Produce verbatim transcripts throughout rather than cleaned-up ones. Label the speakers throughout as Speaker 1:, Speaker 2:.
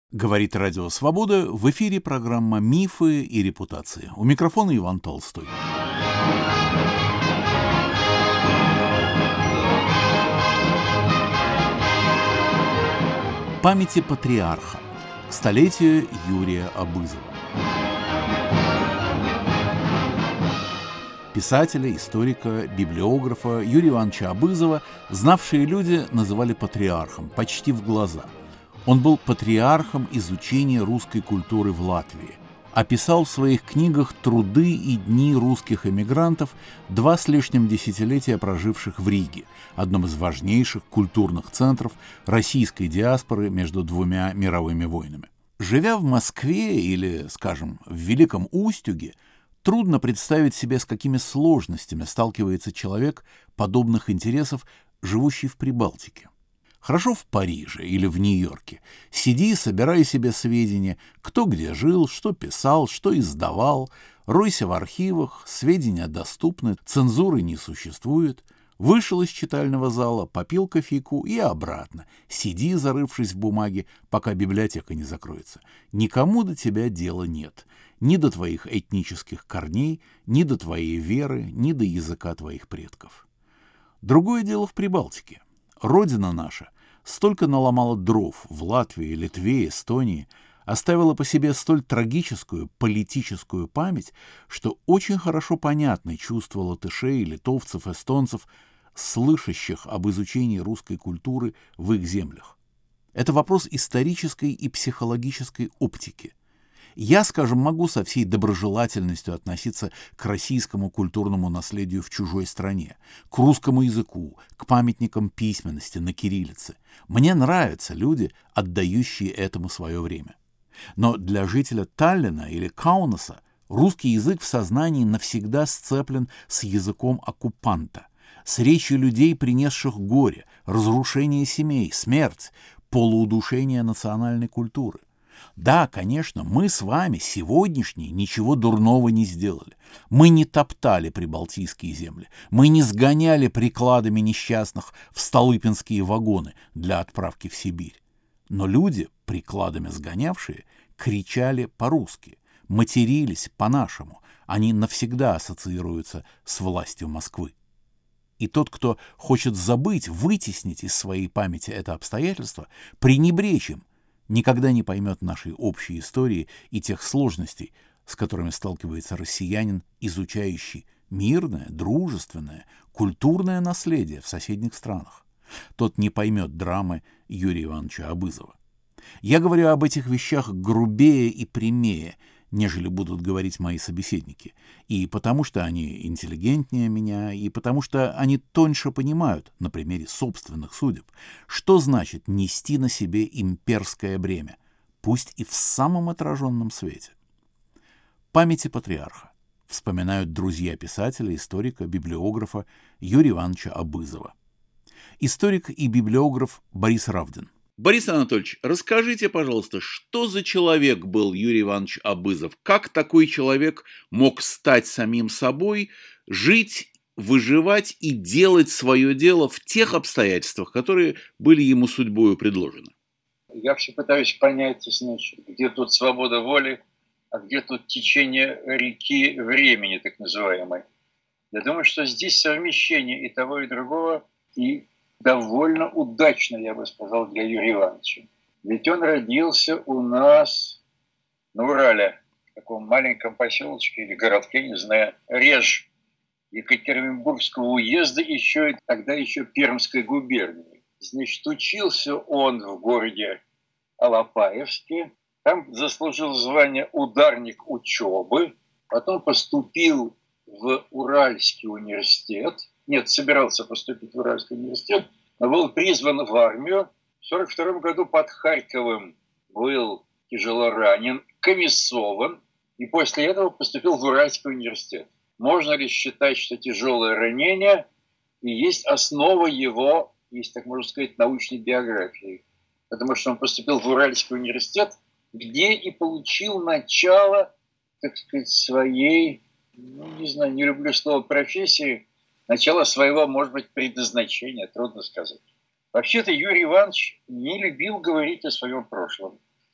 Speaker 1: Говорит Радио Свобода, в эфире программа «Мифы и репутации». У микрофона Иван Толстой. Памяти патриарха. К столетию Юрия Абызова. Писателя, историка, библиографа Юрия Ивановича Абызова знавшие люди называли патриархом почти в глаза. Он был патриархом изучения русской культуры в Латвии. Описал в своих книгах труды и дни русских эмигрантов, два с лишним десятилетия проживших в Риге, одном из важнейших культурных центров российской диаспоры между двумя мировыми войнами. Живя в Москве или, скажем, в Великом Устюге, трудно представить себе, с какими сложностями сталкивается человек подобных интересов, живущий в Прибалтике. Хорошо в Париже или в Нью-Йорке. Сиди, собирай себе сведения, кто где жил, что писал, что издавал, ройся в архивах, сведения доступны, цензуры не существует. Вышел из читального зала, попил кофейку и обратно. Сиди, зарывшись в бумаге, пока библиотека не закроется. Никому до тебя дела нет. Ни до твоих этнических корней, ни до твоей веры, ни до языка твоих предков. Другое дело в Прибалтике. Родина наша столько наломала дров в Латвии, Литве, Эстонии, оставила по себе столь трагическую политическую память, что очень хорошо понятны чувства латышей, литовцев, эстонцев, слышащих об изучении русской культуры в их землях. Это вопрос исторической и психологической оптики. Я, скажем, могу со всей доброжелательностью относиться к российскому культурному наследию в чужой стране, к русскому языку, к памятникам письменности на кириллице. Мне нравятся люди, отдающие этому свое время. Но для жителя Таллина или Каунаса русский язык в сознании навсегда сцеплен с языком оккупанта, с речью людей, принесших горе, разрушение семей, смерть, полуудушение национальной культуры. Да, конечно, мы с вами, сегодняшние, ничего дурного не сделали. Мы не топтали прибалтийские земли. Мы не сгоняли прикладами несчастных в столыпинские вагоны для отправки в Сибирь. Но люди, прикладами сгонявшие, кричали по-русски, матерились по-нашему. Они навсегда ассоциируются с властью Москвы. И тот, кто хочет забыть, вытеснить из своей памяти это обстоятельство, пренебречь им, никогда не поймет нашей общей истории и тех сложностей, с которыми сталкивается россиянин, изучающий мирное, дружественное, культурное наследие в соседних странах. Тот не поймет драмы Юрия Ивановича Абызова. Я говорю об этих вещах грубее и прямее, нежели будут говорить мои собеседники, и потому что они интеллигентнее меня, и потому что они тоньше понимают, на примере собственных судеб, что значит нести на себе имперское бремя, пусть и в самом отраженном свете. Памяти патриарха вспоминают друзья писателя, историка, библиографа Юрия Ивановича Абызова. Историк и библиограф Борис Равдин.
Speaker 2: Борис Анатольевич, расскажите, пожалуйста, что за человек был Юрий Иванович Абызов? Как такой человек мог стать самим собой, жить, выживать и делать свое дело в тех обстоятельствах, которые были ему судьбою предложены?
Speaker 3: Я все пытаюсь понять, значит, где тут свобода воли, а где тут течение реки времени, так называемой. Я думаю, что здесь совмещение и того, и другого, и довольно удачно, я бы сказал, для Юрия Ивановича. Ведь он родился у нас на Урале, в таком маленьком поселочке или городке, не знаю, Реж Екатеринбургского уезда, еще и тогда еще Пермской губернии. Значит, учился он в городе Алапаевске, там заслужил звание ударник учебы, потом поступил в Уральский университет. Нет, собирался поступить в Уральский университет, но был призван в армию. В сорок втором году под Харьковом был тяжело ранен, комиссован, и после этого поступил в Уральский университет. Можно ли считать, что тяжелое ранение и есть основа его, если так можно сказать, научной биографии? Потому что он поступил в Уральский университет, где и получил начало, так сказать, своей, ну, не знаю, не люблю слово профессии, начало своего, может быть, предназначения, трудно сказать. Вообще-то Юрий Иванович не любил говорить о своем прошлом.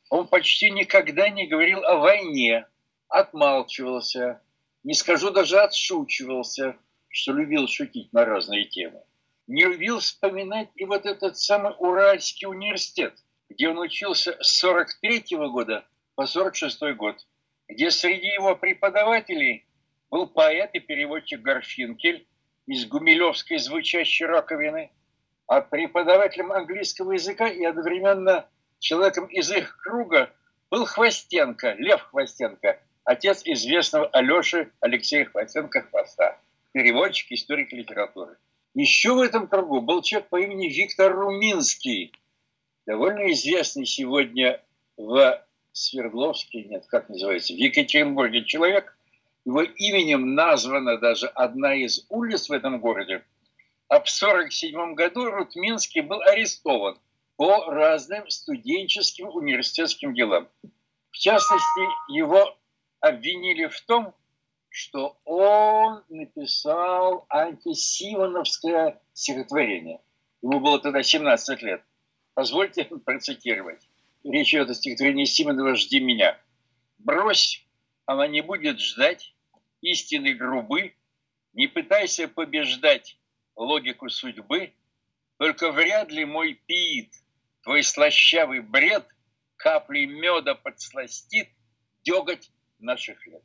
Speaker 3: Он почти никогда не говорил о войне, отмалчивался, не скажу даже отшучивался, что любил шутить на разные темы. Не любил вспоминать и вот этот самый Уральский университет, где он учился с сорок третьего года по сорок шестой год, где среди его преподавателей был поэт и переводчик Гарфинкель из Гумилевской звучащей раковины, а преподавателем английского языка и одновременно человеком из их круга был Хвостенко, Лев Хвостенко, отец известного Алеши Алексея Хвостенко-Хвоста, переводчик, историк литературы. Еще в этом кругу был человек по имени Виктор Руминский, довольно известный сегодня в Свердловске, нет, как называется, в Екатеринбурге человек. Его именем названа даже одна из улиц в этом городе. А в сорок седьмом году Рутминский был арестован по разным студенческим университетским делам. В частности, его обвинили в том, что он написал антисимоновское стихотворение. Ему было тогда семнадцать лет. Позвольте процитировать. Речь идет о стихотворении Симонова «Жди меня». «Брось, она не будет ждать, истины грубы, не пытайся побеждать логику судьбы, только вряд ли мой пиит, твой слащавый бред каплей меда подсластит деготь наших лет».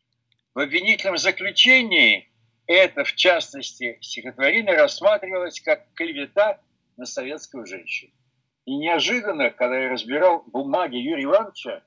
Speaker 3: В обвинительном заключении это, в частности, стихотворение рассматривалось как клевета на советскую женщину. И неожиданно, когда я разбирал бумаги Юрия Ивановича,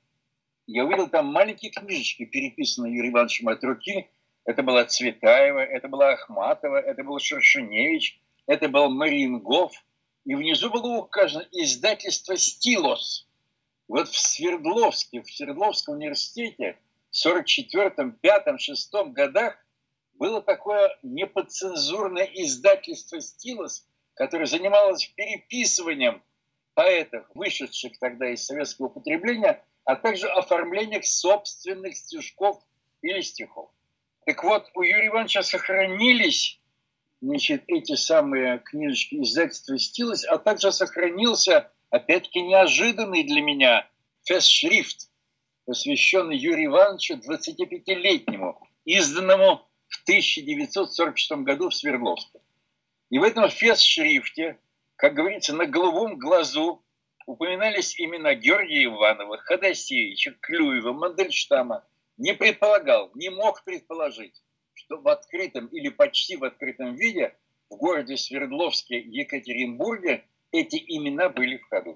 Speaker 3: я увидел там маленькие книжечки, переписанные Юрием Ивановичем от руки. Это была Цветаева, это была Ахматова, это был Шершеневич, это был Марингов. И внизу было указано издательство «Стилос». Вот в Свердловске, в Свердловском университете в сорок четвёртом, пятом, шестом годах было такое неподцензурное издательство «Стилос», которое занималось переписыванием поэтов, вышедших тогда из советского употребления, а также оформлением собственных стишков или стихов. Так вот, у Юрия Ивановича сохранились, значит, эти самые книжечки издательства «Стилос», а также сохранился, опять-таки, неожиданный для меня фестшрифт, посвященный Юрию Ивановичу двадцатипятилетнему, изданному в тысяча девятьсот сорок шестом году в Свердловске. И в этом фестшрифте, как говорится, на голубом глазу упоминались имена Георгия Иванова, Ходосевича, Клюева, Мандельштама. Не предполагал, не мог предположить, что в открытом или почти в открытом виде в городе Свердловске, Екатеринбурге эти имена были в ходу.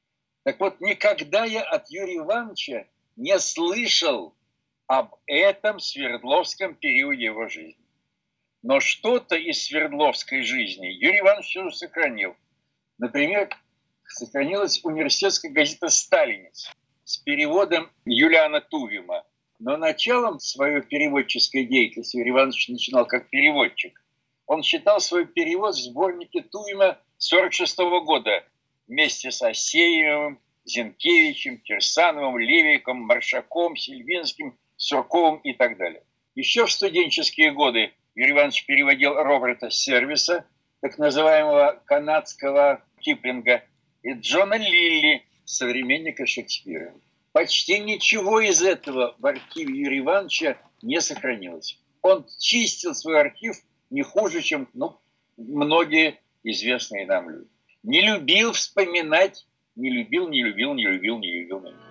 Speaker 3: Так вот, никогда я от Юрия Ивановича не слышал об этом Свердловском периоде его жизни. Но что-то из Свердловской жизни Юрий Иванович все же сохранил. Например, сохранилась университетская газета «Сталинец» с переводом Юлиана Тувима. Но началом своей переводческой деятельности Юрий Иванович начинал как переводчик. Он считал свой перевод в сборнике Тувима сорок шестого года вместе с Асеевым, Зинкевичем, Кирсановым, Левиком, Маршаком, Сильвинским, Сурковым и так далее. Еще в студенческие годы Юрий Иванович переводил Роберта Сервиса, так называемого канадского Киплинга, и Джона Лилли, современника Шекспира. Почти ничего из этого в архиве Юрия Ивановича не сохранилось. Он чистил свой архив не хуже, чем ну, многие известные нам люди. Не любил вспоминать, не любил, не любил, не любил, не любил. Не любил.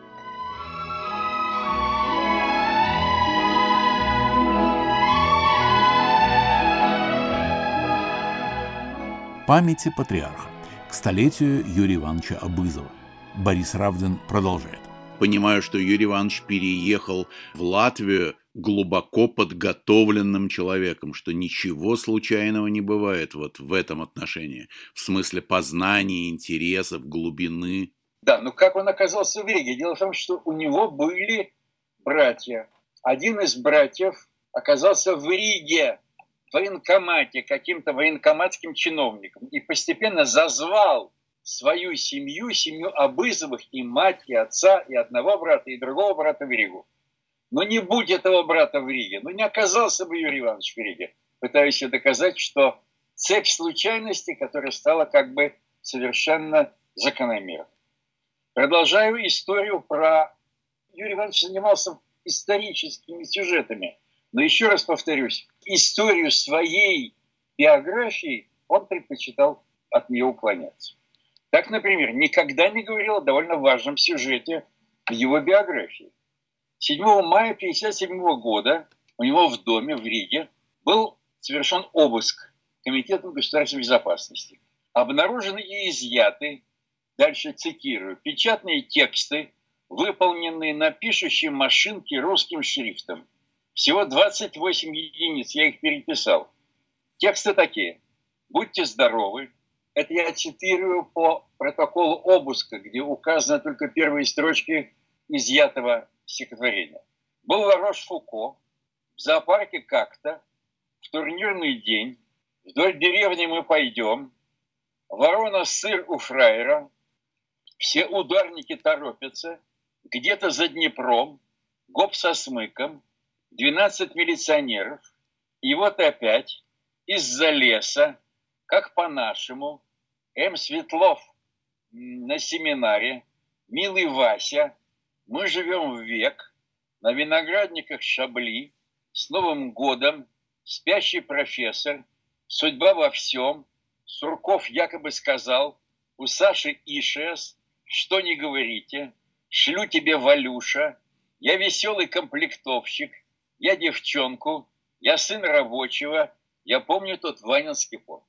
Speaker 1: Памяти патриарха к столетию Юрия Ивановича Абызова. Борис Равдин продолжает.
Speaker 2: Понимаю, что Юрий Иванович переехал в Латвию глубоко подготовленным человеком, что ничего случайного не бывает вот в этом отношении, в смысле познания, интересов, глубины.
Speaker 3: Да, ну как он оказался в Риге? Дело в том, что у него были братья. Один из братьев оказался в Риге, в военкомате, каким-то военкоматским чиновником, и постепенно зазвал свою семью, семью Абызовых, и мать, и отца, и одного брата, и другого брата в Ригу. Но не будь этого брата в Риге, ну не оказался бы Юрий Иванович в Риге. Пытаюсь доказать, что цепь случайностей, которая стала как бы совершенно закономерной. Продолжаю историю про... Юрий Иванович занимался историческими сюжетами. Но еще раз повторюсь, историю своей биографии он предпочитал от нее уклоняться. Так, например, никогда не говорил о довольно важном сюжете в его биографии. седьмого мая тысяча девятьсот пятьдесят седьмого года у него в доме в Риге был совершен обыск Комитетом государственной безопасности. Обнаружены и изъяты, дальше цитирую, печатные тексты, выполненные на пишущей машинке русским шрифтом. Всего двадцать восемь единиц, я их переписал. Тексты такие. Будьте здоровы. Это я цитирую по протоколу обыска, где указаны только первые строчки изъятого стихотворения. Был Ларош Фуко, в зоопарке как-то, в турнирный день, вдоль деревни мы пойдем, ворона сыр у фраера, все ударники торопятся, где-то за Днепром, гоп со смыком, двенадцать милиционеров, и вот опять из-за леса, как по-нашему, М. Светлов на семинаре, милый Вася, мы живем в век, на виноградниках Шабли, с Новым годом, спящий профессор, судьба во всем, Сурков якобы сказал, у Саши Ишес, что не говорите, шлю тебе Валюша, я веселый комплектовщик, я девчонку, я сын рабочего, я помню тот Ванинский порт.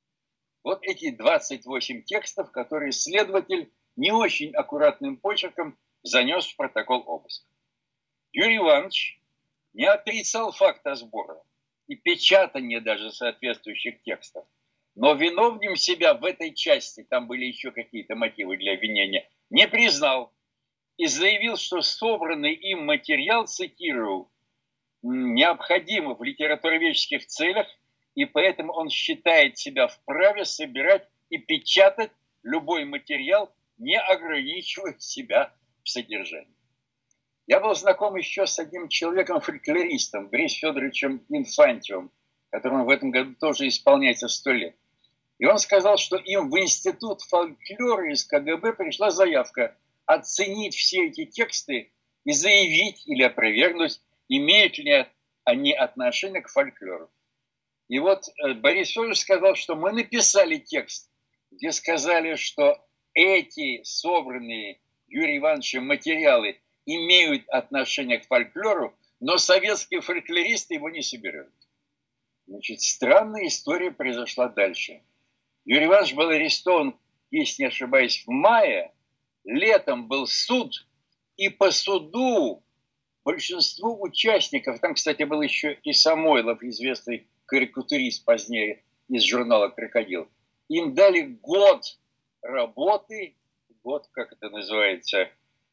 Speaker 3: Вот эти двадцать восемь текстов, которые следователь не очень аккуратным почерком занес в протокол обыска. Юрий Иванович не отрицал факта сбора и печатания даже соответствующих текстов, но виновным себя в этой части, там были еще какие-то мотивы для обвинения, не признал и заявил, что собранный им материал, цитирую, необходим в литературоведческих целях, и поэтому он считает себя вправе собирать и печатать любой материал, не ограничивая себя в содержании. Я был знаком еще с одним человеком-фольклористом, Борисом Федоровичем Инфантьевым, которому в этом году тоже исполняется сто лет. И он сказал, что им в Институт фольклора из ка гэ бэ пришла заявка оценить все эти тексты и заявить или опровергнуть, имеют ли они отношение к фольклору. И вот Борис Федорович сказал, что мы написали текст, где сказали, что эти собранные Юрием Ивановичем материалы имеют отношение к фольклору, но советские фольклористы его не собирают. Значит, странная история произошла дальше. Юрий Иванович был арестован, если не ошибаюсь, в мае. Летом был суд, и по суду большинству участников, там, кстати, был еще и Самойлов, известный карикатурист позднее из журнала «Крокодил», им дали год работы, год, как это называется,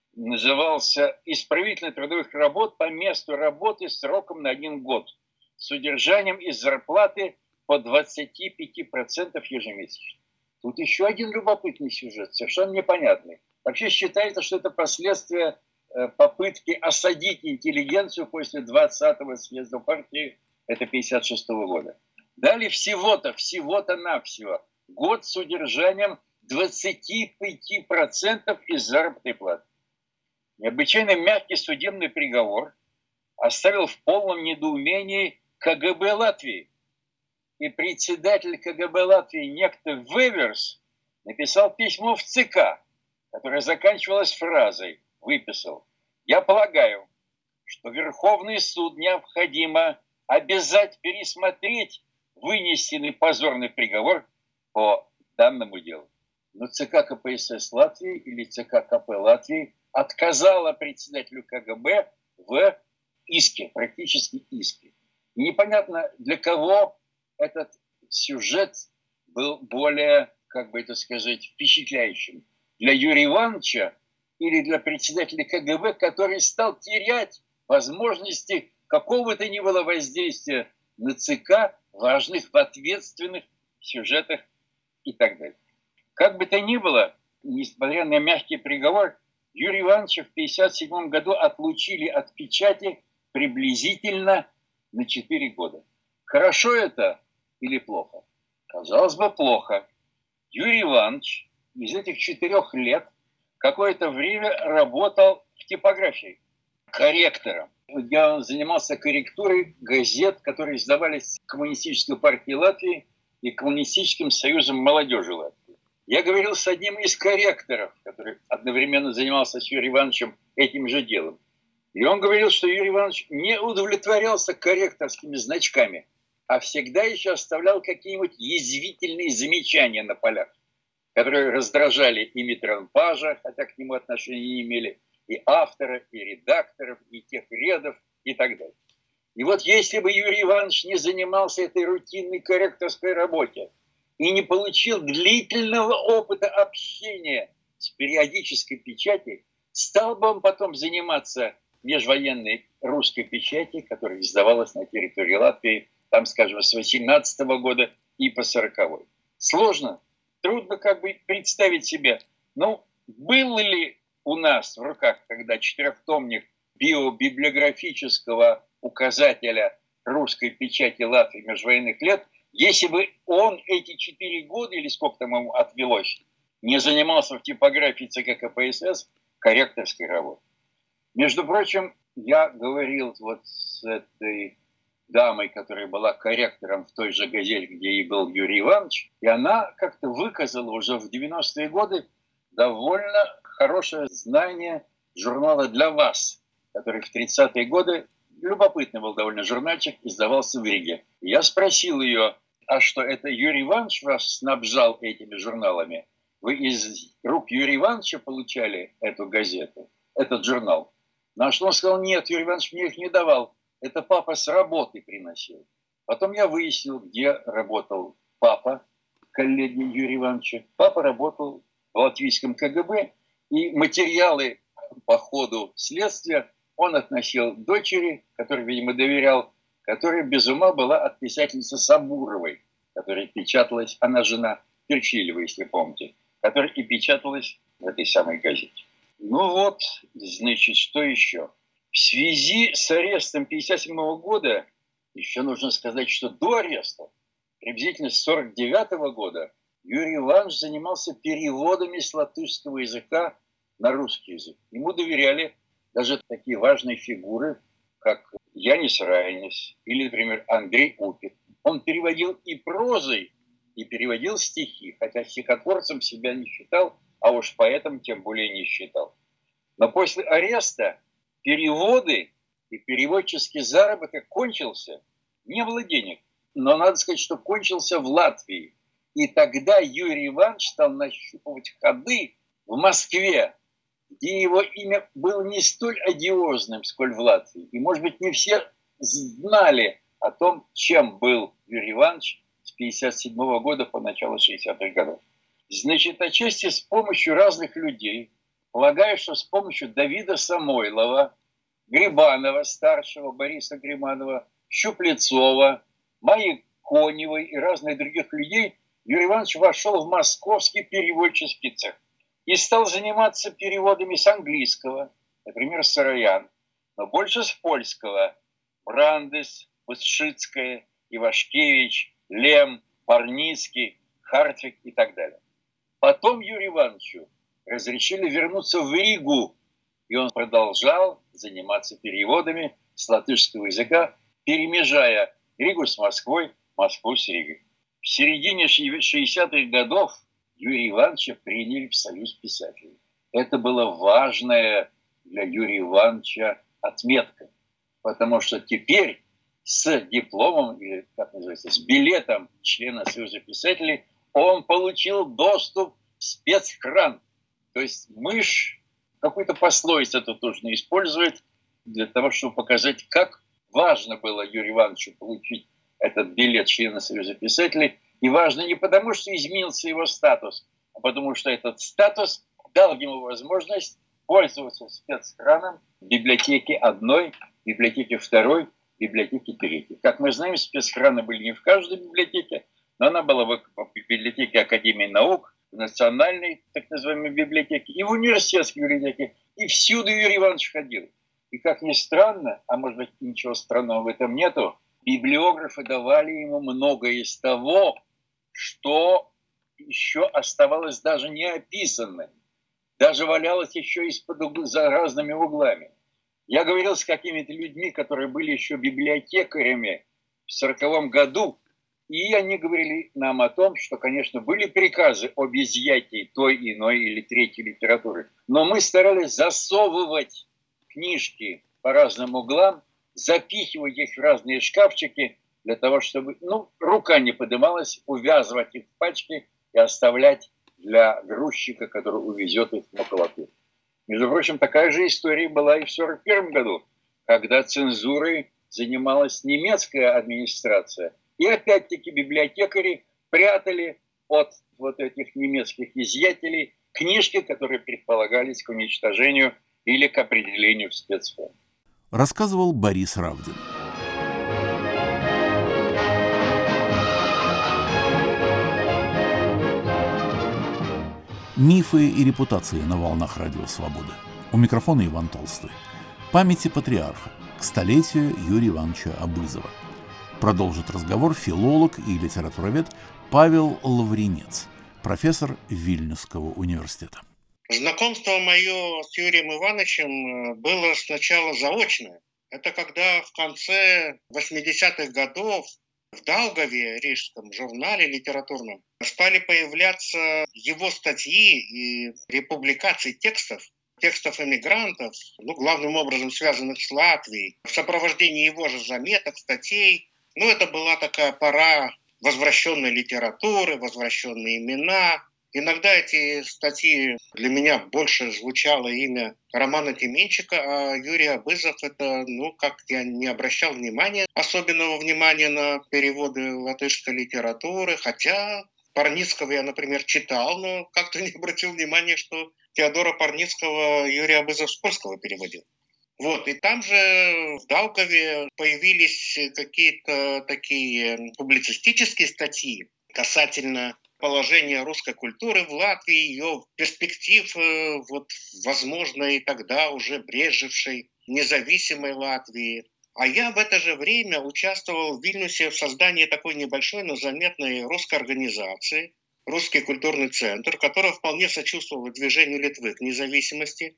Speaker 3: назывался «Исправительных трудовых работ по месту работы сроком на один год с удержанием из зарплаты по двадцать пять процентов ежемесячно». Тут еще один любопытный сюжет, совершенно непонятный. Вообще считается, что это последствия попытки осадить интеллигенцию после двадцатого съезда партии, это пятьдесят шестого года. Дали всего-то, всего-то навсего год с удержанием двадцати пяти процентов из заработной платы. Необычайно мягкий судебный приговор оставил в полном недоумении ка гэ бэ Латвии. И председатель ка гэ бэ Латвии, некто Веверс, написал письмо в ЦК, которое заканчивалось фразой, выписал: «Я полагаю, что Верховный суд необходимо обязать пересмотреть вынесенный позорный приговор по данному делу». Но ЦК ка пэ эс эс Латвии или ЦК ка пэ Латвии отказала председателю ка гэ бэ в иске, практически иске. И непонятно, для кого этот сюжет был более, как бы это сказать, впечатляющим. Для Юрия Ивановича или для председателя ка гэ бэ, который стал терять возможности какого-то ни было воздействия на ЦК, важных в ответственных сюжетах и так далее. Как бы то ни было, несмотря на мягкий приговор, Юрия Ивановича в пятьдесят седьмом году отлучили от печати приблизительно на четыре года. Хорошо это или плохо? Казалось бы, плохо. Юрий Иванович из этих четырех лет какое-то время работал в типографии корректором. Я занимался корректурой газет, которые издавались Коммунистической партией Латвии и Коммунистическим союзом молодежи Латвии. Я говорил с одним из корректоров, который одновременно занимался с Юрием Ивановичем этим же делом. И он говорил, что Юрий Иванович не удовлетворялся корректорскими значками, а всегда еще оставлял какие-нибудь язвительные замечания на полях, которые раздражали и Митранпажа, хотя к нему отношения не имели, и автора, и редакторов, и тех редов, и так далее. И вот если бы Юрий Иванович не занимался этой рутинной корректорской работой и не получил длительного опыта общения с периодической печатью, стал бы он потом заниматься межвоенной русской печати, которая издавалась на территории Латвии, там, скажем, с восемнадцатого года и по сороковой. Сложно, трудно как бы представить себе, ну, был ли у нас в руках тогда четырехтомник биобиблиографического указателя русской печати Латвии межвоенных лет, если бы он эти четыре года, или сколько там ему отвелось, не занимался в типографии ЦК КПСС корректорской работой. Между прочим, я говорил вот с этой дамой, которая была корректором в той же газете, где и был Юрий Иванович, и она как-то выказала уже в девяностые годы довольно хорошее знание журнала «Для вас», который в тридцатые годы, любопытный был довольно журнальчик, издавался в Риге. Я спросил ее, а что, это Юрий Иванович вас снабжал этими журналами? Вы из рук Юрия Ивановича получали эту газету, этот журнал? На что он сказал, нет, Юрий Иванович мне их не давал. Это папа с работы приносил. Потом я выяснил, где работал папа, коллеги Юрия Ивановича. Папа работал в латвийском КГБ, и материалы по ходу следствия он относил дочери, которой, видимо, доверял, которая без ума была от писательницы Сабуровой, которая печаталась, она жена Перчилева, если помните, которая и печаталась в этой самой газете. Ну вот, значит, что еще? В связи с арестом пятьдесят седьмого года, еще нужно сказать, что до ареста, приблизительно с сорок девятого года, Юрий Иванович занимался переводами с латышского языка на русский язык. Ему доверяли даже такие важные фигуры, как Янис Райнис или, например, Андрей Упик. Он переводил и прозой, и переводил стихи, хотя стихотворцем себя не считал, а уж поэтом тем более не считал. Но после ареста переводы и переводческий заработок кончился. Не было денег, но надо сказать, что кончился в Латвии. И тогда Юрий Иванович стал нащупывать ходы в Москве, где его имя было не столь одиозным, сколь в Латвии. И, может быть, не все знали о том, чем был Юрий Иванович с пятьдесят седьмого года по начало шестидесятых годов. Значит, отчасти с помощью разных людей, полагаю, что с помощью Давида Самойлова, Грибанова, старшего Бориса Грибанова, Щуплецова, Майи Коневой и разных других людей, Юрий Иванович вошел в московский переводческий цех и стал заниматься переводами с английского, например, Сароян, но больше с польского: Брандес, Высшицкая, Ивашкевич, Лем, Парницкий, Хартвик и так далее. Потом Юрию Ивановичу разрешили вернуться в Ригу, и он продолжал заниматься переводами с латышского языка, перемежая Ригу с Москвой, Москву с Ригой. В середине шестидесятых годов Юрия Ивановича приняли в Союз писателей. Это была важная для Юрия Ивановича отметка, потому что теперь с дипломом, или как называется, с билетом члена Союза писателей он получил доступ в спецхран. То есть мышь, какую-то пословицу тут нужно использовать для того, чтобы показать, как важно было Юрию Ивановичу получить этот билет члена Союза писателей. И важно не потому, что изменился его статус, а потому что этот статус дал ему возможность пользоваться спецхраном в библиотеке одной, в библиотеке второй, в библиотеке третьей. Как мы знаем, спецхраны были не в каждой библиотеке, но она была в библиотеке Академии наук, в национальной, так называемой библиотеке, и в университетской библиотеке. И всюду Юрий Иванович ходил. И как ни странно, а может быть ничего странного в этом нету, библиографы давали ему многое из того, что еще оставалось даже не описанным. даже валялась еще из-под угла, за разными углами. Я говорил с какими-то людьми, которые были еще библиотекарями в сороковом году, и они говорили нам о том, что, конечно, были приказы об изъятии той, иной или третьей литературы, но мы старались засовывать книжки по разным углам, запихивать их в разные шкафчики для того, чтобы, ну, рука не поднималась, увязывать их в пачки и оставлять для грузчика, который увезет их в макулатуру. Между прочим, такая же история была и в сорок первом году, когда цензурой занималась немецкая администрация. И опять-таки библиотекари прятали от вот этих немецких изъятелей книжки, которые предполагались к уничтожению или к определению в спецфонд.
Speaker 1: Рассказывал Борис Равдин. Мифы и репутации на волнах Радио Свобода. У микрофона Иван Толстой. Памяти патриарха. К столетию Юрия Ивановича Абызова. Продолжит разговор филолог и литературовед Павел Лавринец, профессор Вильнюсского университета.
Speaker 4: Знакомство мое с Юрием Ивановичем было сначала заочное. Это когда в конце восьмидесятых годов в Даугаве, рижском журнале литературном, стали появляться его статьи и републикации текстов, текстов эмигрантов, ну, главным образом связанных с Латвией, в сопровождении его же заметок, статей. Ну, это была такая пора возвращенной литературы, возвращенные имена. Иногда эти статьи для меня больше звучало имя Романа Тименчика, а Юрий Абызов — это, ну, как я не обращал внимания, особенного внимания на переводы латышской литературы, хотя Парницкого я, например, читал, но как-то не обратил внимания, что Теодора Парницкого Юрий Абызов с польского переводил. Вот, и там же в Даугаве появились какие-то такие публицистические статьи касательно положения русской культуры в Латвии, ее перспектив, вот, возможной тогда уже брежевшей независимой Латвии. А я в это же время участвовал в Вильнюсе в создании такой небольшой, но заметной русской организации, Русский культурный центр, которая вполне сочувствовала движению Литвы к независимости.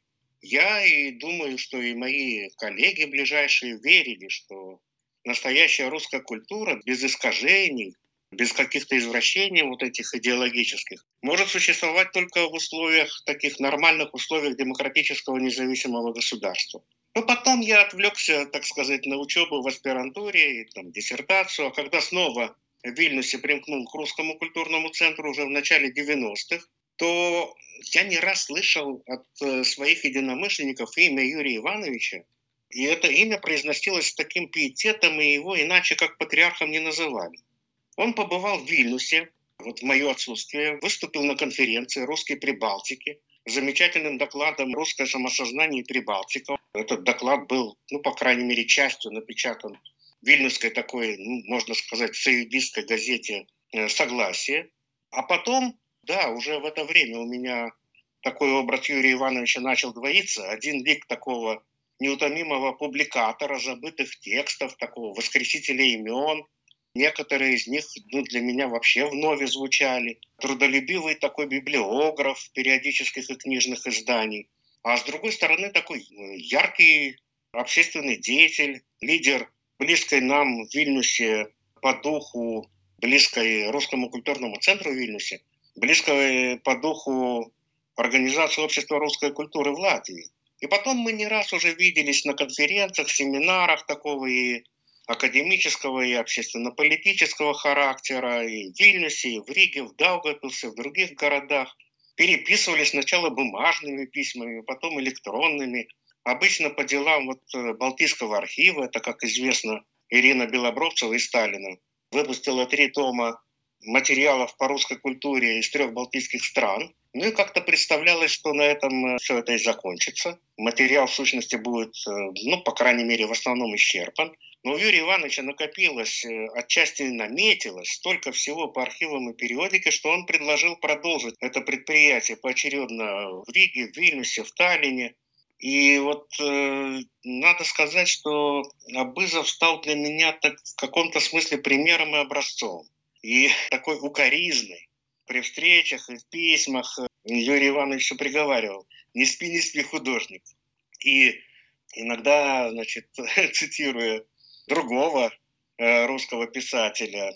Speaker 4: Я и думаю, что и мои коллеги ближайшие верили, что настоящая русская культура без искажений, без каких-то извращений вот этих идеологических, может существовать только в условиях, таких нормальных условиях демократического независимого государства. Но потом я отвлекся, так сказать, на учебу в аспирантуре, там, диссертацию, а когда снова в Вильнюсе примкнул к Русскому культурному центру уже в начале девяностых, то я не раз слышал от своих единомышленников имя Юрия Ивановича, и это имя произносилось с таким пиететом, и его иначе как патриархом не называли. Он побывал в Вильнюсе, вот в мое отсутствие, выступил на конференции «Русские Прибалтики» с замечательным докладом «Русское самосознание и Прибалтика». Этот доклад был, ну, по крайней мере, частью напечатан в вильнюсской такой, ну, можно сказать, союдистской газете «Согласие». А потом, да, уже в это время у меня такой образ Юрия Ивановича начал двоиться. Один лик такого неутомимого публикатора забытых текстов, такого воскресителя имен. Некоторые из них, ну, для меня вообще вновь звучали. Трудолюбивый такой библиограф периодических и книжных изданий. А с другой стороны, такой яркий общественный деятель, лидер близкой нам в Вильнюсе по духу, близкой Русскому культурному центру в Вильнюсе, близкой по духу организации общества русской культуры в Латвии. И потом мы не раз уже виделись на конференциях, семинарах такого и академического, и общественно-политического характера, и в Вильнюсе, и в Риге, в Даугавпилсе, в других городах. Переписывались сначала бумажными письмами, потом электронными. Обычно по делам вот Балтийского архива, это, как известно, Ирина Белобровцева из Сталина выпустила три тома материалов по русской культуре из трех балтийских стран. Ну и как-то представлялось, что на этом все это и закончится. Материал, в сущности, будет, ну, по крайней мере, в основном исчерпан. Но у Юрия Ивановича накопилось, отчасти наметилось столько всего по архивам и периодике, что он предложил продолжить это предприятие поочередно в Риге, в Вильнюсе, в Таллине. И вот э, надо сказать, что Абызов стал для меня так, в каком-то смысле примером и образцом. И такой укоризной. при встречах и в письмах Юрий Иванович все приговаривал: «Не спи, не спи, художник». И иногда, значит, цитируя другого э, русского писателя,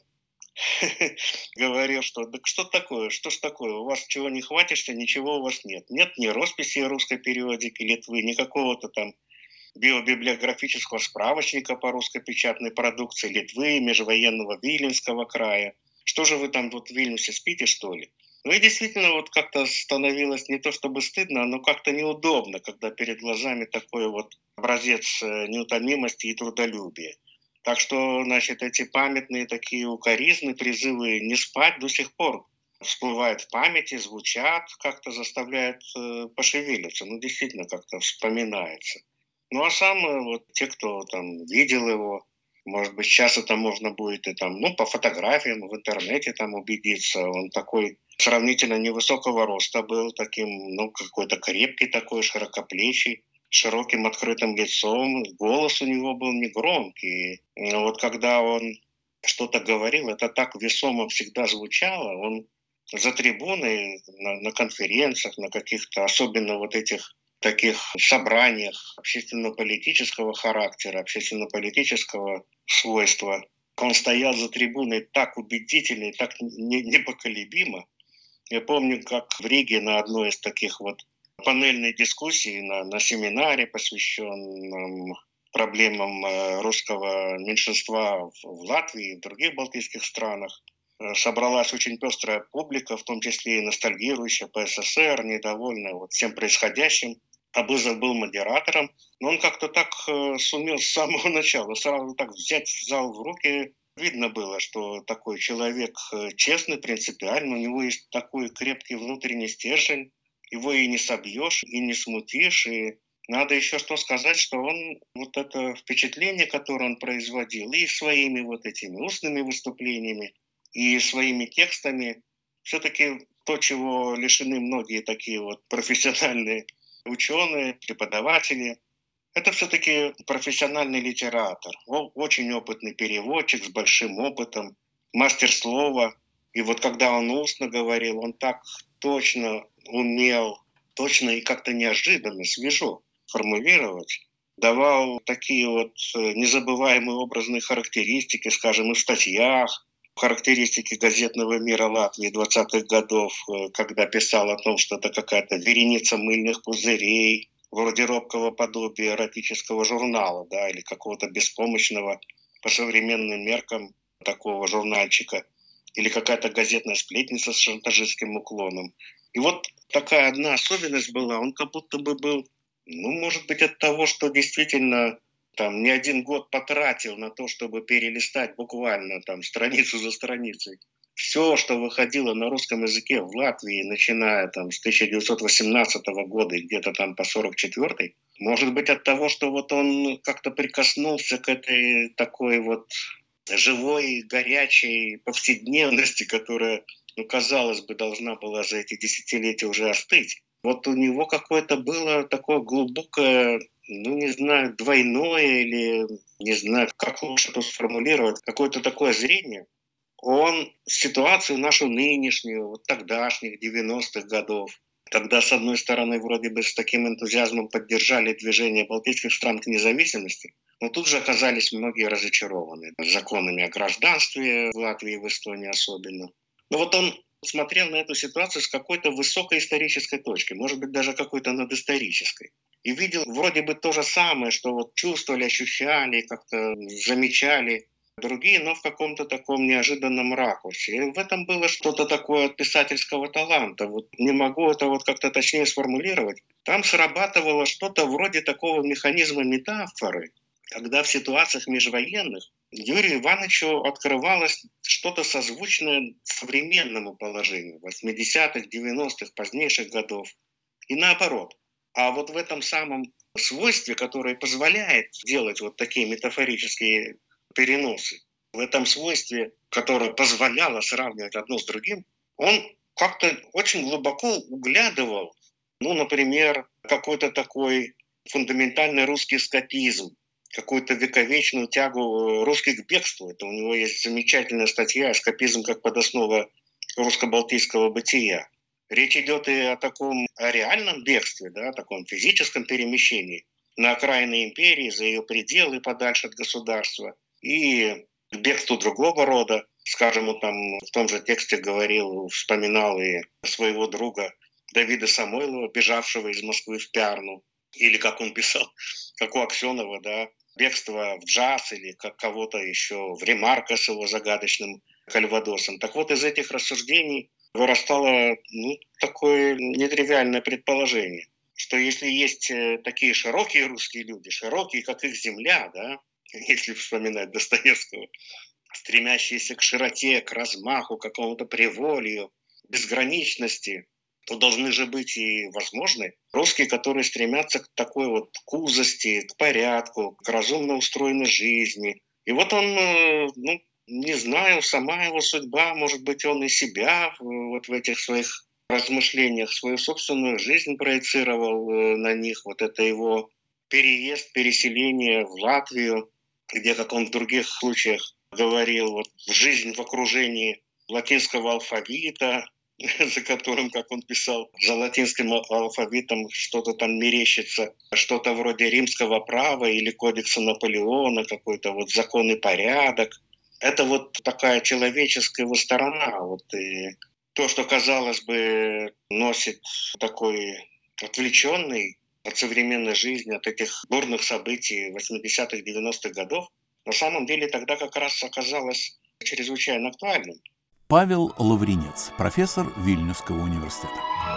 Speaker 4: говорил, что «да что такое, что ж такое, у вас чего не хватишься, ничего у вас нет. Нет ни росписи русской периодики Литвы, ни какого-то там биобиблиографического справочника по русской печатной продукции Литвы, межвоенного Виленского края. Что же вы там вот в Вильнюсе спите, что ли?» Ну и действительно вот как-то становилось не то чтобы стыдно, но как-то неудобно, когда перед глазами такой вот образец неутомимости и трудолюбия. Так что, значит, эти памятные такие укоризны, призывы не спать до сих пор всплывают в памяти, звучат, как-то заставляют э, пошевелиться. Ну, действительно, как-то вспоминается. Ну, а сам э, вот те, кто там видел его, может быть, сейчас это можно будет и там, ну, по фотографиям в интернете там убедиться. Он такой сравнительно невысокого роста был, таким, ну, какой-то крепкий такой, широкоплечий, широким открытым лицом. Голос у него был негромкий. Но вот когда он что-то говорил, это так весомо всегда звучало. Он за трибуной, на, на конференциях, на каких-то, особенно вот этих таких собраниях общественно-политического характера, общественно-политического свойства, он стоял за трибуной так убедительно и так непоколебимо. Я помню, как в Риге на одной из таких вот панельной дискуссий, на, на семинаре, посвященном проблемам русского меньшинства в, в Латвии и в других балтийских странах, собралась очень пестрая публика, в том числе и ностальгирующая по СССР, недовольная вот всем происходящим. Абызов был модератором, но он как-то так э, сумел с самого начала сразу так взять зал в руки. Видно было, что такой человек э, честный, принципиальный, у него есть такой крепкий внутренний стержень, его и не собьешь, и не смутишь. И надо еще что сказать, что он вот это впечатление, которое он производил, и своими вот этими устными выступлениями, и своими текстами, все-таки то, чего лишены многие такие вот профессиональные ученые, преподаватели, это все-таки профессиональный литератор, очень опытный переводчик с большим опытом, мастер слова. И вот когда он устно говорил, он так точно умел, точно и как-то неожиданно, свежо формулировать, давал такие вот незабываемые образные характеристики, скажем, и в статьях, характеристики газетного мира Латвии двадцатых годов, когда писал о том, что это какая-то вереница мыльных пузырей, вроде робкого подобия эротического журнала, да, или какого-то беспомощного по современным меркам такого журнальчика, или какая-то газетная сплетница с шантажистским уклоном. И вот такая одна особенность была, он как будто бы был, ну, может быть, от того, что действительно там не один год потратил на то, чтобы перелистать буквально там страницу за страницей все, что выходило на русском языке в Латвии, начиная там с тысяча девятьсот восемнадцатого года и где-то там по сорок четвёртый, может быть, от того, что вот он как-то прикоснулся к этой такой вот живой, горячей повседневности, которая, ну, казалось бы, должна была за эти десятилетия уже остыть. Вот у него какое-то было такое глубокое, ну, не знаю, двойное или, не знаю, как лучше это сформулировать, какое-то такое зрение. Он ситуацию нашу нынешнюю, вот тогдашних, девяностых годов, когда, с одной стороны, вроде бы с таким энтузиазмом поддержали движение балтийских стран к независимости, но тут же оказались многие разочарованы законами о гражданстве в Латвии и в Эстонии особенно. Но вот он смотрел на эту ситуацию с какой-то высокой исторической точки, может быть, даже какой-то надисторической. И видел вроде бы то же самое, что вот чувствовали, ощущали, как-то замечали другие, но в каком-то таком неожиданном ракурсе. И в этом было что-то такое от писательского таланта. Вот не могу это вот как-то точнее сформулировать. Там срабатывало что-то вроде такого механизма метафоры, когда в ситуациях межвоенных Юрию Ивановичу открывалось что-то созвучное современному положению восьмидесятых, девяностых, позднейших годов. И наоборот. А вот в этом самом свойстве, которое позволяет делать вот такие метафорические переносы, в этом свойстве, которое позволяло сравнивать одно с другим, он как-то очень глубоко углядывал, ну, например, какой-то такой фундаментальный русский эскапизм, какую-то вековечную тягу русских к бегству. Это у него есть замечательная статья «Эскапизм как подоснова русско-балтийского бытия. Речь идет и о таком о реальном бегстве, да, о таком физическом перемещении на окраины империи, за ее пределы, подальше от государства, и к бегству другого рода. Скажем, он там в том же тексте говорил, вспоминал и своего друга Давида Самойлова, бежавшего из Москвы в Пярну, или, как он писал, как у Аксенова, да, бегство в джаз, или как кого-то еще в Ремарко с его загадочным Кальвадосом. Так вот, из этих рассуждений вырастало ну, такое нетривиальное предположение, что если есть такие широкие русские люди, широкие, как их земля, да, если вспоминать Достоевского, стремящиеся к широте, к размаху, к какому-то приволью, безграничности, то должны же быть и возможны русские, которые стремятся к такой вот к узости, к порядку, к разумно устроенной жизни. И вот он, ну, не знаю, сама его судьба, может быть, он и себя вот в этих своих размышлениях, свою собственную жизнь проецировал на них. Вот это его переезд, переселение в Латвию, где, как он в других случаях говорил, вот, жизнь в окружении латинского алфавита, за которым, как он писал, за латинским алфавитом что-то там мерещится, что-то вроде римского права или кодекса Наполеона, какой-то вот закон и порядок. Это вот такая человеческая его сторона. Вот, и то, что, казалось бы, носит такой отвлеченный от современной жизни, от этих бурных событий восьмидесятых, девяностых годов, на самом деле тогда как раз оказалось чрезвычайно актуальным.
Speaker 1: Павел Лавринец, профессор Вильнюсского университета.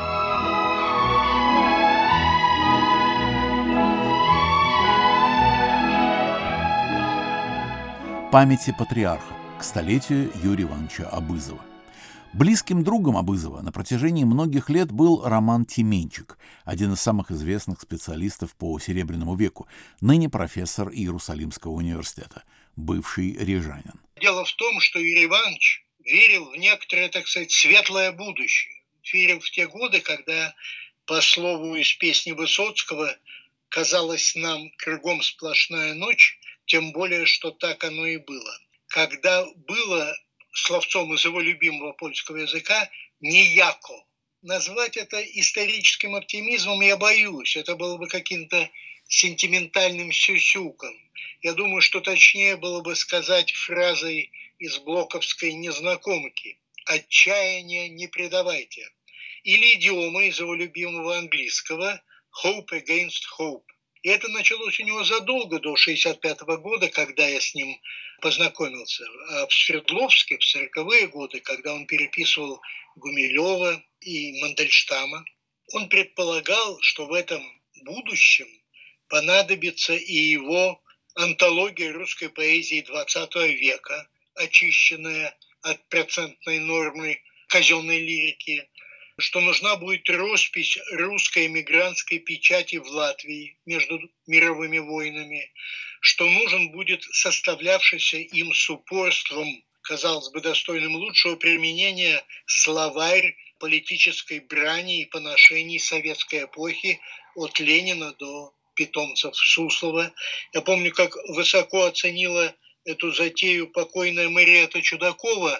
Speaker 1: Памяти патриарха к столетию Юрия Ивановича Абызова. Близким другом Абызова на протяжении многих лет был Роман Тименчик, один из самых известных специалистов по Серебряному веку, ныне профессор Иерусалимского университета, бывший рижанин.
Speaker 5: Дело в том, что Юрий Иванович верил в некоторое, так сказать, светлое будущее. Верил в те годы, когда, по слову из песни Высоцкого, казалось нам кругом сплошная ночь, тем более, что так оно и было. Когда было словцом из его любимого польского языка «неяко». Назвать это историческим оптимизмом я боюсь. Это было бы каким-то сентиментальным сюсюком. Я думаю, что точнее было бы сказать фразой из блоковской «Незнакомки» «Отчаяния не предавайте». Или идиомой из его любимого английского «Hope against hope». И это началось у него задолго до шестьдесят пятого года, когда я с ним познакомился. А в Свердловске в сороковые годы, когда он переписывал Гумилева и Мандельштама, он предполагал, что в этом будущем понадобится и его антология русской поэзии двадцатого века, очищенная от процентной нормы казенной лирики, что нужна будет роспись русской эмигрантской печати в Латвии между мировыми войнами, что нужен будет составлявшийся им с упорством, казалось бы, достойным лучшего применения, словарь политической брани и поношений советской эпохи от Ленина до питомцев Суслова. Я помню, как высоко оценила эту затею покойная Мариэтта Чудакова,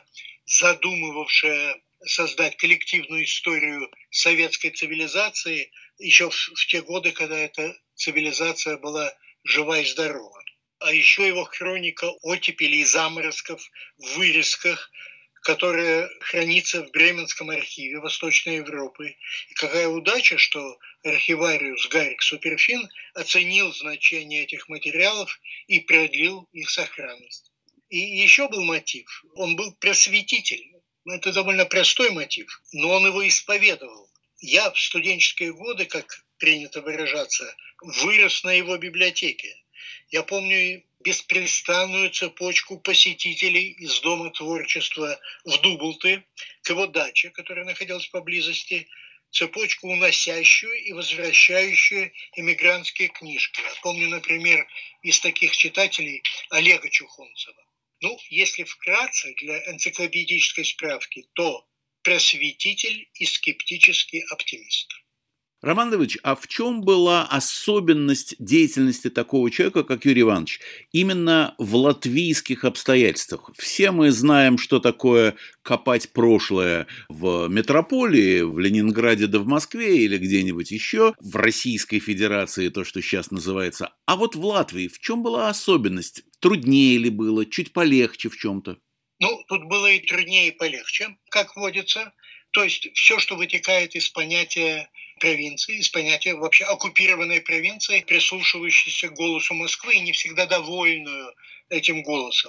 Speaker 5: задумывавшая создать коллективную историю советской цивилизации еще в, в те годы, когда эта цивилизация была жива и здорова. А еще его хроника оттепелей и заморозков в вырезках, которая хранится в Бременском архиве Восточной Европы. И какая удача, что архивариус Гарик Суперфин оценил значение этих материалов и продлил их сохранность. И еще был мотив. Он был просветитель. Это довольно простой мотив, но он его исповедовал. Я в студенческие годы, как принято выражаться, вырос на его библиотеке. Я помню беспрестанную цепочку посетителей из Дома творчества в Дублты к его даче, которая находилась поблизости, цепочку уносящую и возвращающую эмигрантские книжки. Я помню, например, из таких читателей Олега Чухонцева. Ну, если вкратце, для энциклопедической справки, то просветитель и скептический оптимист.
Speaker 2: Роман Львович, а в чем была особенность деятельности такого человека, как Юрий Иванович, именно в латвийских обстоятельствах? Все мы знаем, что такое копать прошлое в метрополии, в Ленинграде да в Москве или где-нибудь еще, в Российской Федерации, то, что сейчас называется. А вот в Латвии в чем была особенность? Труднее ли было, чуть полегче в чем-то?
Speaker 5: Ну, тут было и труднее, и полегче, как водится. То есть все, что вытекает из понятия провинции, из понятия вообще оккупированной провинции, прислушивающейся к голосу Москвы и не всегда довольную этим голосом.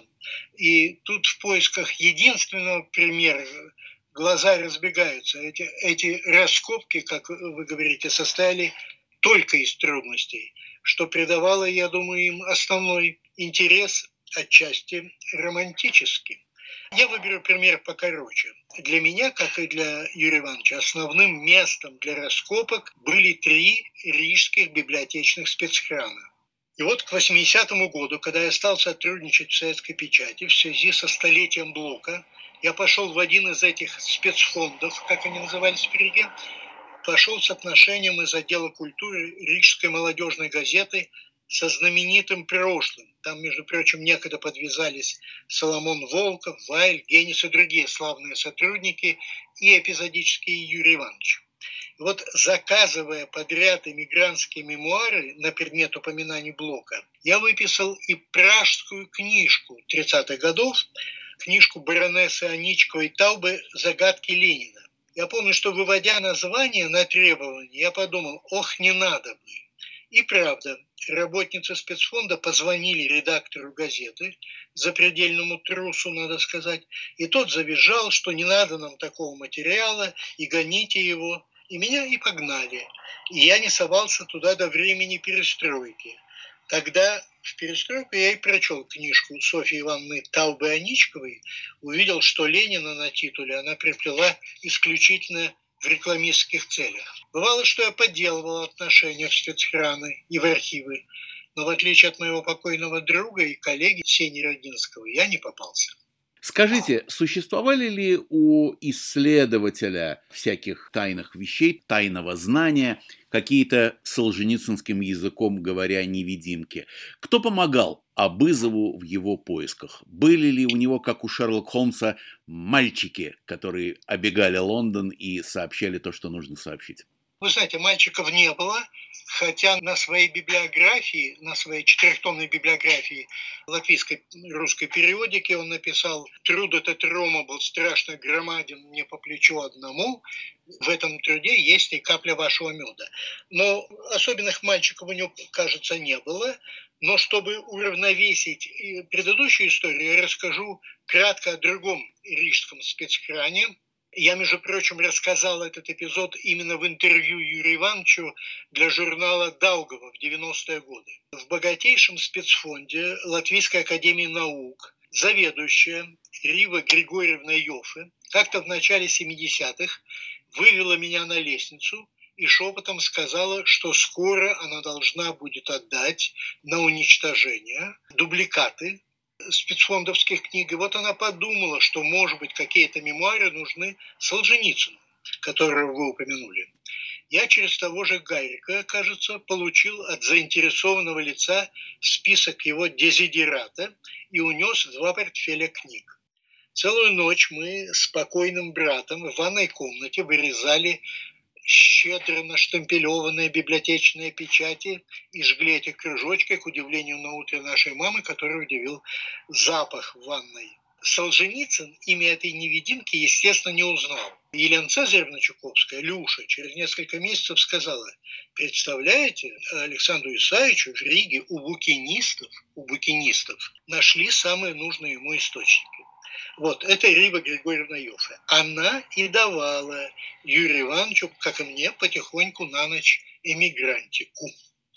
Speaker 5: И тут в поисках единственного примера глаза разбегаются. Эти, эти раскопки, как вы говорите, состояли только из трудностей, что придавало, я думаю, им основной интерес, отчасти романтический. Я выберу пример покороче. Для меня, как и для Юрия Ивановича, основным местом для раскопок были три рижских библиотечных спецхрана. И вот к восьмидесятому году, когда я стал сотрудничать в советской печати в связи со столетием Блока, я пошел в один из этих спецфондов, как они назывались в Риге, пошел с отношением из отдела культуры Рижской молодежной газеты со знаменитым прошлым. Там, между прочим, некогда подвязались Соломон Волков, Вайль, Генис и другие славные сотрудники, и эпизодические Юрий Иванович. И вот, заказывая подряд эмигрантские мемуары на предмет упоминаний Блока, я выписал и пражскую книжку тридцатых годов, книжку баронессы Аничковой Таубе «Загадки Ленина». Я помню, что, выводя название на требования, я подумал, ох, не надо бы. И правда, работницы спецфонда позвонили редактору газеты, запредельному трусу, надо сказать, и тот завизжал, что не надо нам такого материала, и гоните его. И меня и погнали. И я не совался туда до времени перестройки. Тогда в перестройку я и прочел книжку Софьи Ивановны Таубе-Аничковой, увидел, что Ленина на титуле она приплела исключительно в рекламистских целях. Бывало, что я подделывал отношения в спецхраны и в архивы, но в отличие от моего покойного друга и коллеги Сени Родинского, я не попался.
Speaker 2: Скажите, существовали ли у исследователя всяких тайных вещей, тайного знания, какие-то солженицынским языком говоря невидимки? Кто помогал Абызову в его поисках? Были ли у него, как у Шерлока Холмса, мальчики, которые обегали Лондон и сообщали то, что нужно сообщить?
Speaker 5: Вы знаете, мальчиков не было, хотя на своей библиографии, на своей четырехтомной библиографии латвийской русской периодики он написал: «Труд этот Рома был страшно громаден мне по плечу одному, в этом труде есть и капля вашего меда». Но особенных мальчиков у него, кажется, не было. Но чтобы уравновесить предыдущую историю, я расскажу кратко о другом рижском спецхране. Я, между прочим, рассказал этот эпизод именно в интервью Юрию Ивановичу для журнала «Даугава» в девяностые годы. В богатейшем спецфонде Латвийской академии наук заведующая Рива Григорьевна Йоффе как-то в начале семидесятых вывела меня на лестницу и шепотом сказала, что скоро она должна будет отдать на уничтожение дубликаты спецфондовских книг. И вот она подумала, что, может быть, какие-то мемуары нужны Солженицыну, которого вы упомянули. Я через того же Гарика, кажется, получил от заинтересованного лица список его дезидерата и унес два портфеля книг. Целую ночь мы с покойным братом в ванной комнате вырезали щедро наштампелеванные библиотечные печати и жгли эти кружочки, к удивлению на утро нашей мамы, который удивил запах в ванной. Солженицын имя этой невидимки, естественно, не узнал. Елена Цезаревна Чуковская, Люша, через несколько месяцев сказала: представляете, Александру Исаевичу в Риге у букинистов, у букинистов нашли самые нужные ему источники. Вот, это Рива Григорьевна Йоффе. Она и давала Юрию Ивановичу, как и мне, потихоньку на ночь эмигрантику.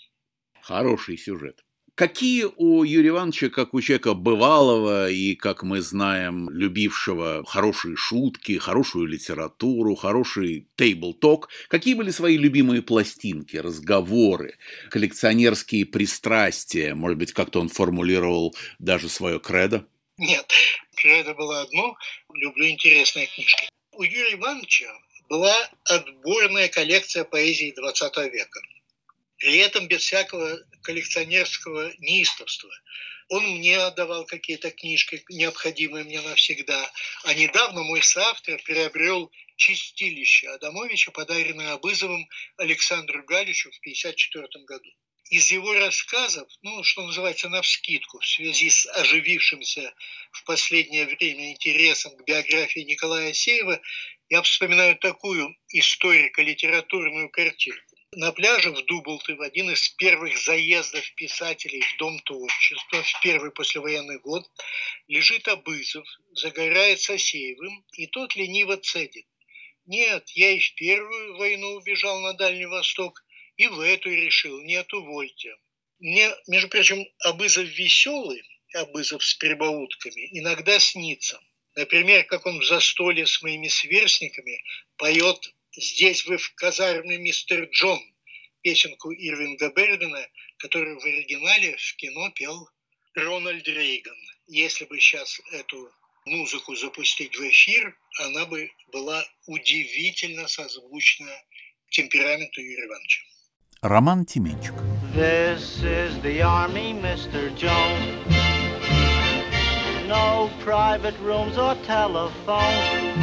Speaker 2: Хороший сюжет. Какие у Юрия Ивановича, как у человека бывалого и, как мы знаем, любившего хорошие шутки, хорошую литературу, хороший тейбл-ток, какие были свои любимые пластинки, разговоры, коллекционерские пристрастия? Может быть, как-то он формулировал даже свое кредо?
Speaker 5: Нет, кредо было одно: люблю интересные книжки. У Юрия Ивановича была отборная коллекция поэзии двадцатого века. При этом без всякого коллекционерского неистовства. Он мне отдавал какие-то книжки, необходимые мне навсегда. А недавно мой соавтор приобрел «Чистилище» Адамовича, подаренное Абызовым Александру Галичу в тысяча девятьсот пятьдесят четвёртом году. Из его рассказов, ну, что называется, навскидку, в связи с оживившимся в последнее время интересом к биографии Николая Асеева, я вспоминаю такую историко-литературную картинку. На пляже в Дублте в один из первых заездов писателей в Дом творчества, в первый послевоенный год, лежит Абызов, загорает с Асеевым, и тот лениво цедит: «Нет, я и в первую войну убежал на Дальний Восток, и в эту решил, нет, увольте». Мне, между прочим, Абызов веселый, Абызов с прибаутками, иногда снится. Например, как он в застолье с моими сверстниками поет «Здесь вы в казарме, мистер Джон», песенку Ирвинга Бердена, которую в оригинале в кино пел Рональд Рейган. Если бы сейчас эту музыку запустить в эфир, она бы была удивительно созвучна темпераменту Юрия Ивановича.
Speaker 1: Роман Тименчик.
Speaker 6: This is the army, мистер Jones. No private rooms or telephone.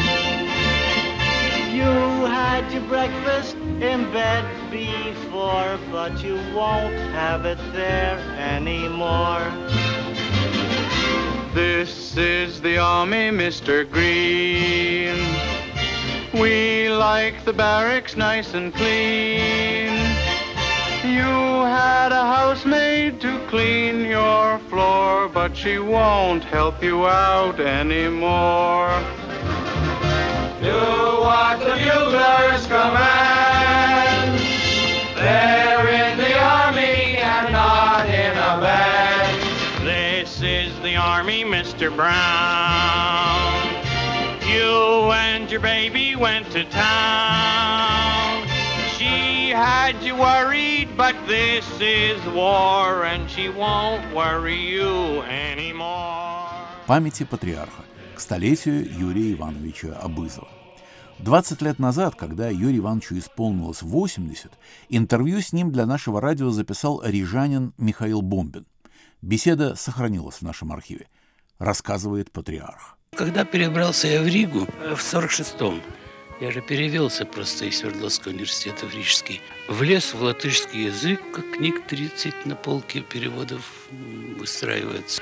Speaker 6: You had your breakfast in bed before, but you won't have it there anymore.
Speaker 7: This is the army, Mister Green. We like the barracks nice and clean. You had a housemaid to clean your floor, but she won't help you out anymore. Do what the buglers command. They're in the army and not in a band.
Speaker 6: This is the army, Mister Brown. You and your baby went to town. She had you worried, but this is war, and she won't worry you anymore.
Speaker 1: Памяти патриарха к столетию Юрия Ивановича Абызова. двадцать лет назад, когда Юрию Ивановичу исполнилось восемьдесят, интервью с ним для нашего радио записал рижанин Михаил Бомбин. Беседа сохранилась в нашем архиве. Рассказывает патриарх.
Speaker 8: Когда перебрался я в Ригу в сорок шестом, я же перевелся просто из Свердловского университета в Рижский, влез в латышский язык, как книг тридцать на полке переводов выстраивается.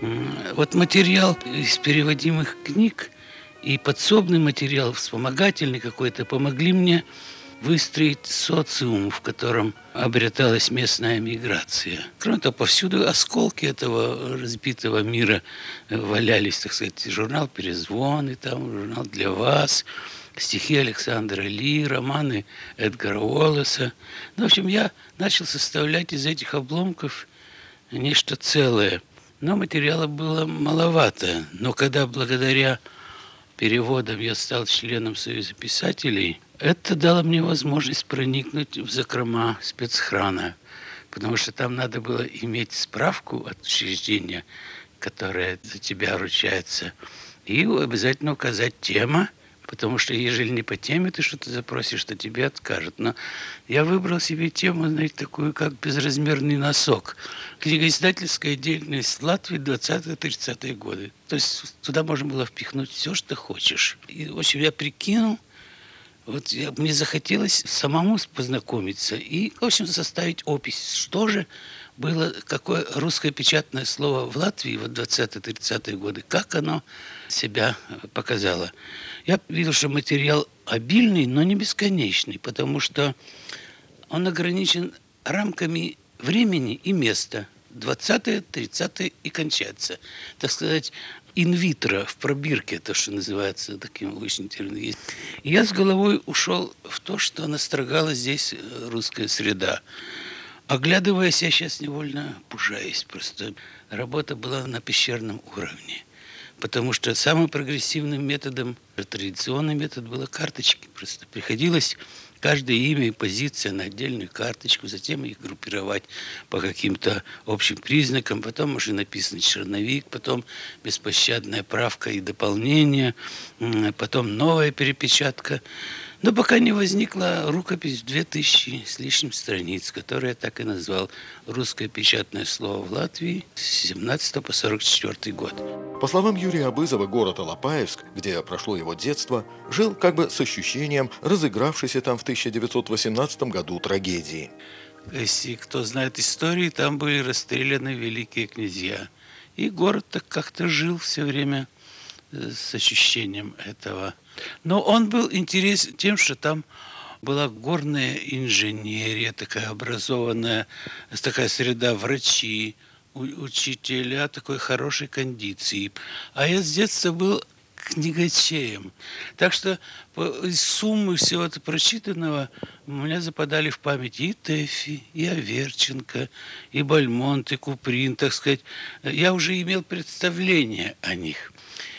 Speaker 8: Вот материал из переводимых книг и подсобный материал, вспомогательный какой-то, помогли мне выстроить социум, в котором обреталась местная миграция. Кроме того, повсюду осколки этого разбитого мира валялись, так сказать, журнал «Перезвоны», там, журнал «Для вас», стихи Александра Ли, романы Эдгара Уоллеса. Ну, в общем, я начал составлять из этих обломков нечто целое. Но материала было маловато. Но когда благодаря переводам я стал членом Союза писателей, это дало мне возможность проникнуть в закрома спецхрана, потому что там надо было иметь справку от учреждения, которое за тебя ручается, и обязательно указать тема, потому что ежели не по теме ты что-то запросишь, то тебе откажут. Но я выбрал себе тему, знаете, такую, как безразмерный носок. Книгоиздательская деятельность Латвии двадцатые-тридцатые годы. То есть туда можно было впихнуть все, что хочешь. И, в общем, я прикинул, вот я, мне захотелось самому познакомиться и, в общем, составить опись, что же было, какое русское печатное слово в Латвии в двадцатые-тридцатые годы, как оно себя показало. Я видел, что материал обильный, но не бесконечный, потому что он ограничен рамками времени и места. двадцатые, тридцатые и кончается. Так сказать, инвитро, в пробирке, то, что называется, таким очень термином есть. И я с головой ушел в то, что настрогала здесь русская среда. Оглядываясь, я сейчас невольно пужаюсь. Просто работа была на пещерном уровне. Потому что самым прогрессивным методом, традиционный метод, было карточки. Просто приходилось каждое имя и позиция на отдельную карточку, затем их группировать по каким-то общим признакам, потом уже написанный черновик, потом беспощадная правка и дополнение, потом новая перепечатка. Но пока не возникла рукопись в две тысячи с лишним страниц, которую я так и назвал «Русское печатное слово в Латвии с семнадцатого по сорок четвёртый год».
Speaker 9: По словам Юрия Абызова, город Алапаевск, где прошло его детство, жил как бы с ощущением разыгравшейся там в тысяча девятьсот восемнадцатом году трагедии.
Speaker 8: Если кто знает истории, там были расстреляны великие князья. И город так как-то жил все время с ощущением этого. Но он был интересен тем, что там была горная инженерия, такая образованная, такая среда, врачи, учителя такой хорошей кондиции. А я с детства был книгачеем. Так что из суммы всего этого прочитанного у меня западали в память и Тэффи, и Аверченко, и Бальмонт, и Куприн, так сказать. Я уже имел представление о них.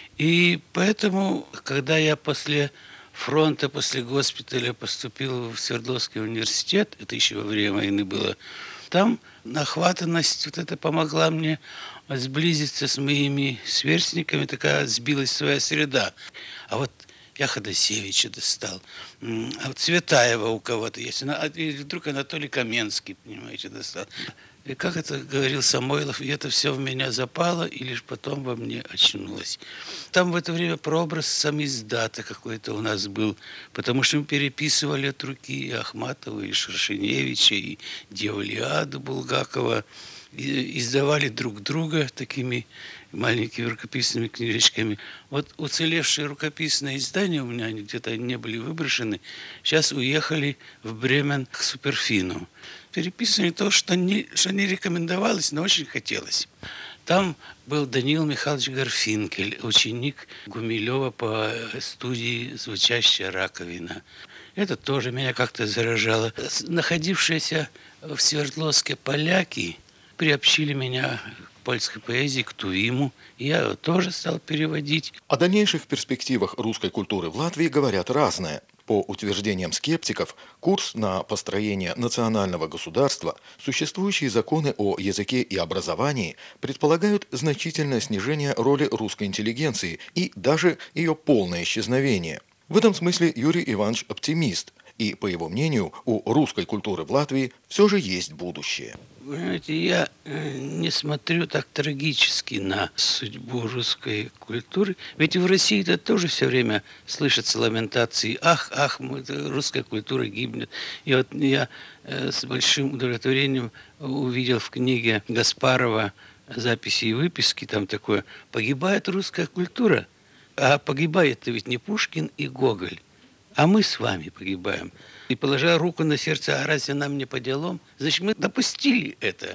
Speaker 8: И поэтому, когда я после фронта, после госпиталя поступил в Свердловский университет, это еще во время войны было, там нахватанность вот это помогла мне сблизиться с моими сверстниками, такая сбилась своя среда. А вот я Ходосевича достал, а вот Цветаева у кого-то есть, и вдруг Анатолий Каменский, понимаете, достал. И как это говорил Самойлов, и это все в меня запало, и лишь потом во мне очнулось. Там в это время прообраз самиздата какой-то у нас был, потому что мы переписывали от руки и Ахматова, и Шершеневича, и Деволиаду Булгакова, и издавали друг друга такими маленькими рукописными книжечками. Вот уцелевшие рукописные издания у меня, они где-то не были выброшены, сейчас уехали в Бремен к Суперфину. Переписывали то, что не, что не рекомендовалось, но очень хотелось. Там был Даниил Михайлович Гарфинкель, ученик Гумилева по студии «Звучащая раковина». Это тоже меня как-то заражало. Находившиеся в Свердловске поляки приобщили меня к польской поэзии, к Туиму. Я тоже стал переводить.
Speaker 9: О дальнейших перспективах русской культуры в Латвии говорят разное. По утверждениям скептиков, курс на построение национального государства, существующие законы о языке и образовании предполагают значительное снижение роли русской интеллигенции и даже ее полное исчезновение. В этом смысле Юрий Иванович оптимист, и, по его мнению, у русской культуры в Латвии все же есть будущее.
Speaker 8: Вы знаете, я не смотрю так трагически на судьбу русской культуры. Ведь и в России это тоже все время слышатся ламентации. Ах, ах, русская культура гибнет. И вот я с большим удовлетворением увидел в книге Гаспарова записи и выписки, там такое: погибает русская культура. А погибает-то ведь не Пушкин и Гоголь, а мы с вами погибаем. И, положа руку на сердце, а разве нам не по делам? Значит, мы допустили это.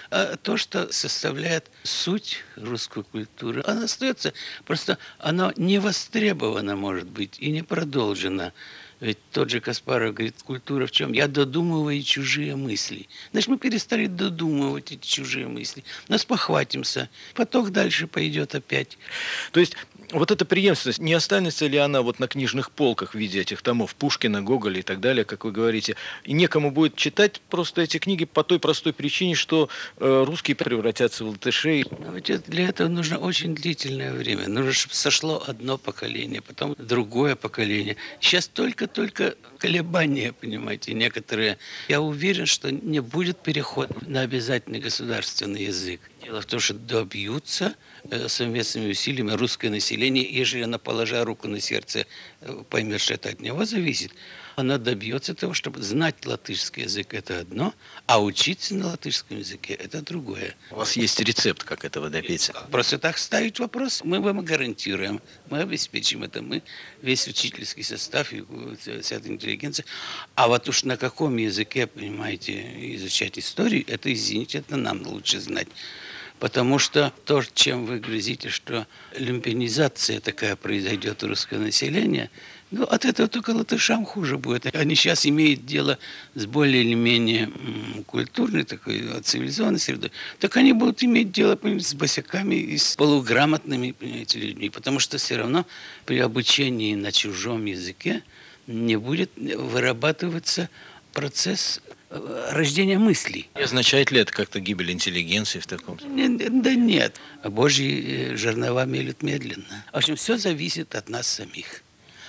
Speaker 8: А то, что составляет суть русской культуры, она остается, просто она не востребована, может быть, и не продолжена. Ведь тот же Каспаров говорит, культура в чем? Я додумываю чужие мысли. Значит, мы перестали додумывать эти чужие мысли. Нас похватимся. Поток дальше пойдет опять.
Speaker 9: То есть вот эта преемственность, не останется ли она вот на книжных полках в виде этих томов Пушкина, Гоголя и так далее, как вы говорите, и некому будет читать просто эти книги по той простой причине, что э, русские превратятся в латышей?
Speaker 8: Но ведь для этого нужно очень длительное время. Нужно, чтобы сошло одно поколение, потом другое поколение. Сейчас только-только колебания, понимаете, некоторые. Я уверен, что не будет перехода на обязательный государственный язык. Дело в том, что добьются совместными усилиями русское население, ежели она, положа руку на сердце, поймет, что это от него зависит, она добьется того, чтобы знать латышский язык – это одно, а учиться на латышском языке – это другое.
Speaker 9: У вас есть рецепт, как этого добиться?
Speaker 8: Просто так ставить вопрос, мы вам гарантируем, мы обеспечим это, мы весь учительский состав и вся эта интеллигенция. А вот уж на каком языке, понимаете, изучать историю, это, извините, это нам лучше знать. Потому что то, чем вы грозите, что люмпинизация такая произойдет у русского населения, ну, от этого только латышам хуже будет. Они сейчас имеют дело с более или менее культурной, такой цивилизованной средой. Так они будут иметь дело, понимаете, с босяками и с полуграмотными, понимаете, людьми. Потому что все равно при обучении на чужом языке не будет вырабатываться процесс рождения мыслей.
Speaker 9: И означает ли это как-то гибель интеллигенции в таком
Speaker 8: случае? Да нет. Божьи жернова мелют медленно. В общем, все зависит от нас самих.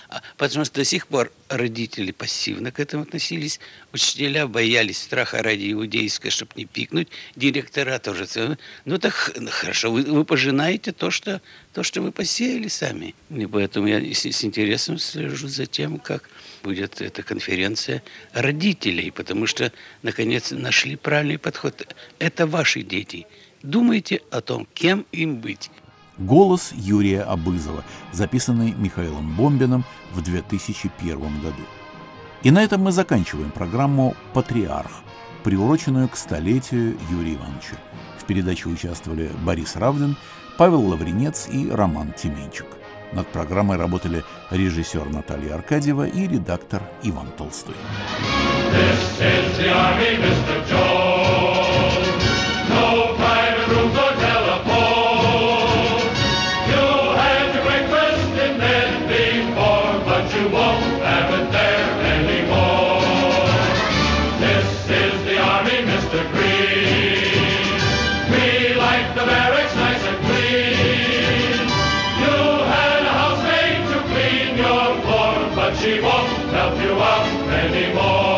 Speaker 8: Потому что до сих пор родители пассивно к этому относились, учителя боялись страха ради иудейской, чтобы не пикнуть, директора тоже. Ну так хорошо, вы, вы пожинаете то что, то, что вы посеяли сами. И поэтому я с, с интересом слежу за тем, как будет эта конференция родителей, потому что, наконец, нашли правильный подход. Это ваши дети. Думайте о том, кем им быть.
Speaker 1: Голос Юрия Абызова, записанный Михаилом Бомбиным в две тысячи первом году. И на этом мы заканчиваем программу «Патриарх», приуроченную к столетию Юрия Ивановича. В передаче участвовали Борис Равдин, Павел Лавринец и Роман Тименчик. Над программой работали режиссер Наталья Аркадьева и редактор Иван Толстой. This is the army, мистер Jones. No private rooms or telephone. You had your breakfast in bed before, but you won't have it there anymore. This is the army, mister Green. We like the barracks nice and clean. You had a housemaid to clean your floor, but she won't help you out anymore.